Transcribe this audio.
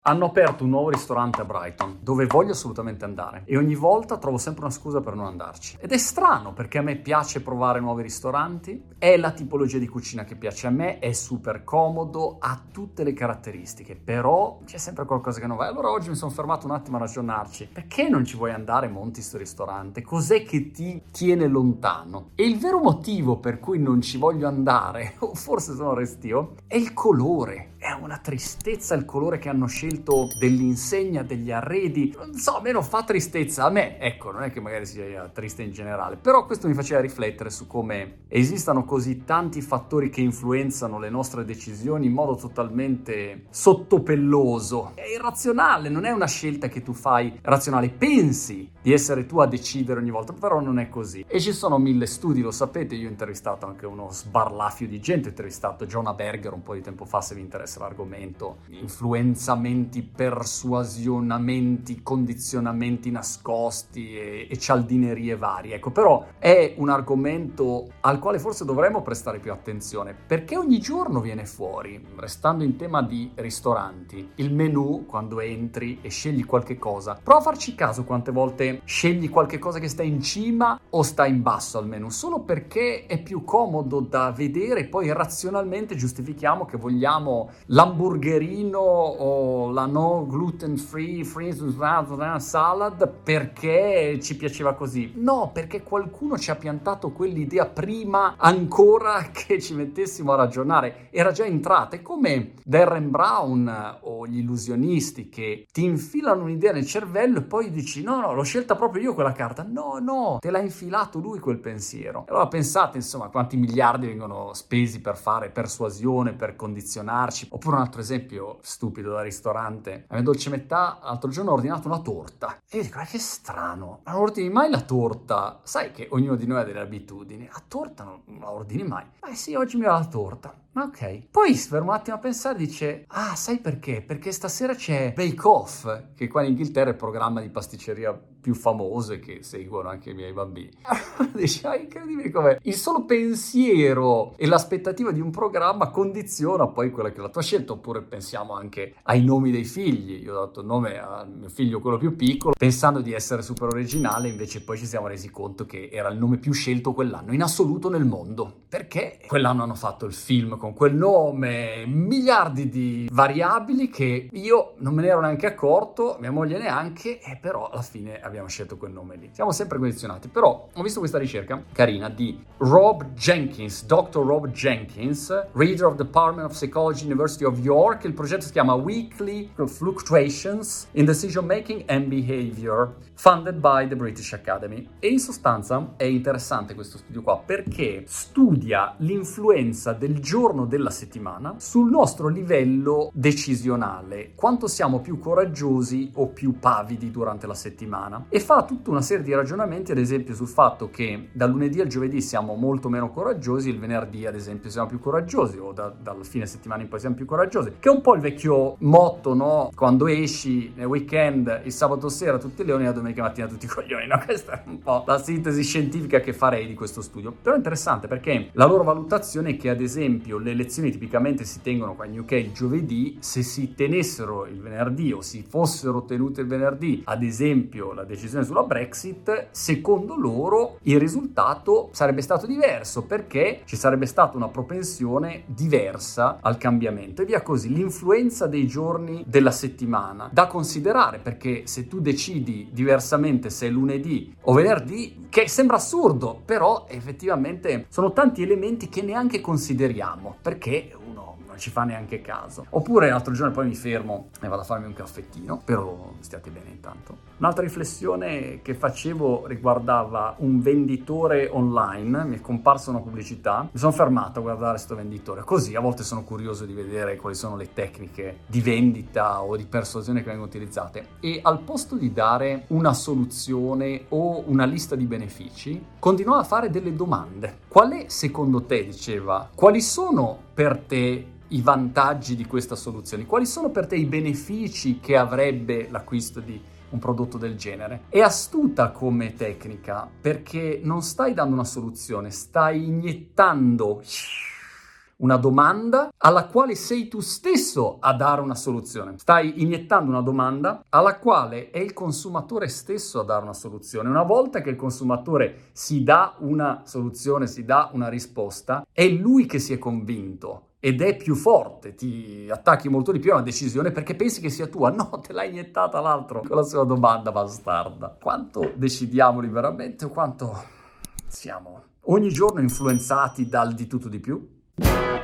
Hanno aperto un nuovo ristorante a Brighton, dove voglio assolutamente andare. E ogni volta trovo sempre una scusa per non andarci. Ed è strano, perché a me piace provare nuovi ristoranti, è la tipologia di cucina che piace a me, è super comodo, ha tutte le caratteristiche, però c'è sempre qualcosa che non va. E allora oggi mi sono fermato un attimo a ragionarci. Perché non ci vuoi andare, monti sto ristorante? Cos'è che ti tiene lontano? E il vero motivo per cui non ci voglio andare, o forse sono restio, è il colore. È una tristezza il colore che hanno scelto dell'insegna, degli arredi. Non so, a me non fa tristezza. A me, ecco, non è che magari sia triste in generale, però questo mi faceva riflettere su come esistano così tanti fattori che influenzano le nostre decisioni in modo totalmente sottopelloso. È irrazionale, non è una scelta che tu fai razionale. Pensi di essere tu a decidere ogni volta, però non è così. E ci sono 1000 studi, lo sapete, io ho intervistato anche uno sbarlaffio di gente, ho intervistato Jonah Berger un po' di tempo fa, se vi interessa l'argomento, influenzamenti, persuasionamenti, condizionamenti nascosti e cialdinerie varie, ecco. Però è un argomento al quale forse dovremmo prestare più attenzione, perché ogni giorno viene fuori, restando in tema di ristoranti, il menù quando entri e scegli qualche cosa. Prova a farci caso quante volte scegli qualche cosa che sta in cima o sta in basso al menù, solo perché è più comodo da vedere e poi razionalmente giustifichiamo che vogliamo l'hamburgerino o la no gluten free salad perché ci piaceva così. No, perché qualcuno ci ha piantato quell'idea prima ancora che ci mettessimo a ragionare. Era già entrata. È come Darren Brown o gli illusionisti che ti infilano un'idea nel cervello e poi dici no, l'ho scelta proprio io quella carta. No, te l'ha infilato lui quel pensiero. Allora pensate, insomma, quanti miliardi vengono spesi per fare persuasione, per condizionarci. Oppure un altro esempio stupido da ristorante. A mia dolce metà l'altro giorno ho ordinato una torta. E io dico, che strano, ma non ordini mai la torta? Sai che ognuno di noi ha delle abitudini. La torta non la ordini mai. Sì, oggi mi va la torta. Ok. Poi si ferma un attimo a pensare e dice, sai perché? Perché stasera c'è Bake Off, che qua in Inghilterra è il programma di pasticceria più famoso e che seguono anche i miei bambini. Dice, incredibile com'è. Il solo pensiero e l'aspettativa di un programma condiziona poi quella che è la tua scelta. Oppure pensiamo anche ai nomi dei figli. Io ho dato il nome a mio figlio, quello più piccolo, pensando di essere super originale, invece poi ci siamo resi conto che era il nome più scelto quell'anno in assoluto nel mondo, perché quell'anno hanno fatto il film con quel nome, miliardi di variabili che io non me ne ero neanche accorto, mia moglie neanche, e però alla fine abbiamo scelto quel nome lì. Siamo sempre condizionati. Però ho visto questa ricerca carina di Rob Jenkins, Dr. Rob Jenkins, Reader of the Department of Psychology, University of York. Il progetto si chiama Weekly Fluctuations in Decision Making and Behavior, funded by the British Academy. E in sostanza è interessante questo studio qua, perché studia l'influenza del giorno della settimana sul nostro livello decisionale, quanto siamo più coraggiosi o più pavidi durante la settimana, e fa tutta una serie di ragionamenti, ad esempio sul fatto che dal lunedì al giovedì siamo molto meno coraggiosi, il venerdì ad esempio siamo più coraggiosi, o dal fine settimana in poi siamo più coraggiosi, che è un po' il vecchio motto, no? Quando esci nel weekend il sabato sera tutti i leoni, la domenica mattina tutti i coglioni, no? Questa è un po' la sintesi scientifica che farei di questo studio. Però è interessante perché la loro valutazione è che ad esempio le lezioni tipicamente si tengono qua in UK il giovedì, se si tenessero il venerdì o si fossero tenute il venerdì, ad esempio la decisione sulla Brexit, secondo loro il risultato sarebbe stato diverso, perché ci sarebbe stata una propensione diversa al cambiamento e via così. L'influenza dei giorni della settimana da considerare, perché se tu decidi diversamente se è lunedì o venerdì, che sembra assurdo, però effettivamente sono tanti elementi che neanche consideriamo, perché uno non ci fa neanche caso. Oppure l'altro giorno poi mi fermo e vado a farmi un caffettino, però stiate bene intanto. Un'altra riflessione che facevo riguardava un venditore online, mi è comparsa una pubblicità, mi sono fermato a guardare sto venditore, così a volte sono curioso di vedere quali sono le tecniche di vendita o di persuasione che vengono utilizzate, e al posto di dare una soluzione o una lista di benefici, continuava a fare delle domande. Qual è secondo te, diceva, quali sono per te i vantaggi di questa soluzione? Quali sono per te i benefici che avrebbe l'acquisto di un prodotto del genere? È astuta come tecnica, perché non stai dando una soluzione, stai iniettando una domanda alla quale sei tu stesso a dare una soluzione. Stai iniettando una domanda alla quale è il consumatore stesso a dare una soluzione. Una volta che il consumatore si dà una soluzione, si dà una risposta, è lui che si è convinto ed è più forte, ti attacchi molto di più a una decisione perché pensi che sia tua. No, te l'ha iniettata l'altro con la sua domanda bastarda. Quanto decidiamo liberamente o quanto siamo ogni giorno influenzati dal di tutto di più?